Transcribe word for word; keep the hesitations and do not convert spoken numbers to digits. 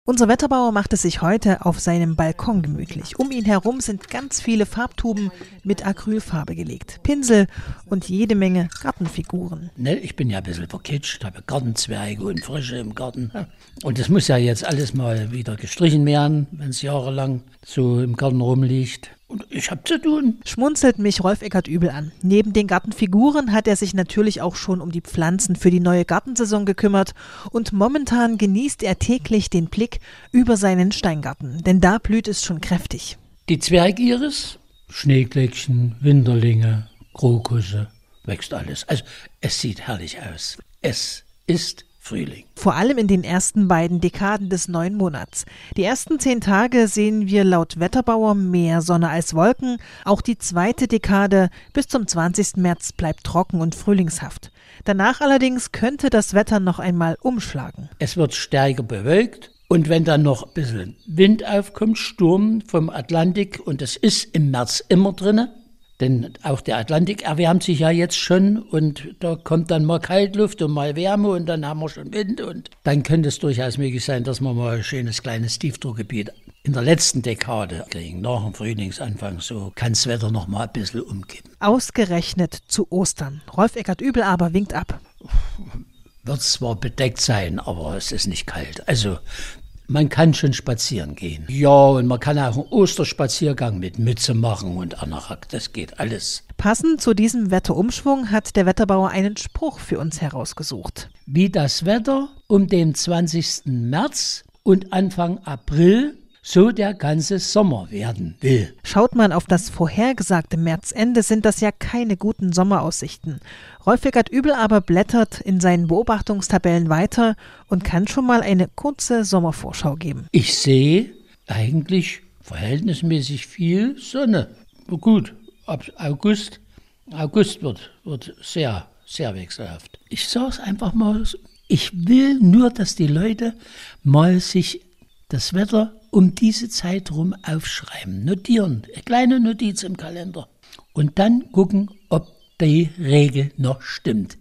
Unser Wetterbauer macht es sich heute auf seinem Balkon gemütlich. Um ihn herum sind ganz viele Farbtuben mit Acrylfarbe gelegt, Pinsel und jede Menge Gartenfiguren. Ne, ich bin ja ein bisschen verkitscht, habe Gartenzwerge und Frösche im Garten. Und das muss ja jetzt alles mal wieder gestrichen werden, wenn es jahrelang so im Garten rumliegt. Und ich habe zu tun. Schmunzelt mich Rolf Eckert übel an. Neben den Gartenfiguren hat er sich natürlich auch schon um die Pflanzen für die neue Gartensaison gekümmert. Und momentan genießt er täglich den Blick über seinen Steingarten. Denn da blüht es schon kräftig. Die Zwergiris, Schneeglöckchen, Winterlinge, Krokusse, wächst alles. Also es sieht herrlich aus. Es ist Frühling. Vor allem in den ersten beiden Dekaden des neuen Monats. Die ersten zehn Tage sehen wir laut Wetterbauer mehr Sonne als Wolken. Auch die zweite Dekade bis zum zwanzigsten März bleibt trocken und frühlingshaft. Danach allerdings könnte das Wetter noch einmal umschlagen. Es wird stärker bewölkt und wenn dann noch ein bisschen Wind aufkommt, Sturm vom Atlantik, und das ist im März immer drinne. Denn auch der Atlantik erwärmt sich ja jetzt schon und da kommt dann mal Kaltluft und mal Wärme und dann haben wir schon Wind. Und dann könnte es durchaus möglich sein, dass wir mal ein schönes kleines Tiefdruckgebiet in der letzten Dekade kriegen. Nach dem Frühlingsanfang, so kann das Wetter noch mal ein bisschen umkippen. Ausgerechnet zu Ostern. Rolf Eckert übel aber winkt ab. Wird zwar bedeckt sein, aber es ist nicht kalt. Also man kann schon spazieren gehen. Ja, und man kann auch einen Osterspaziergang mit Mütze machen und Anorak. Das geht alles. Passend zu diesem Wetterumschwung hat der Wetterbauer einen Spruch für uns herausgesucht. Wie das Wetter um den zwanzigsten März und Anfang April so der ganze Sommer werden will. Schaut man auf das vorhergesagte Märzende, sind das ja keine guten Sommeraussichten. Rolf Eckert übel aber blättert in seinen Beobachtungstabellen weiter und kann schon mal eine kurze Sommervorschau geben. Ich sehe eigentlich verhältnismäßig viel Sonne. Gut, ab August, August wird, wird sehr, sehr wechselhaft. Ich sage es einfach mal, ich will nur, dass die Leute mal sich das Wetter um diese Zeit rum aufschreiben, notieren, eine kleine Notiz im Kalender und dann gucken, ob die Regel noch stimmt.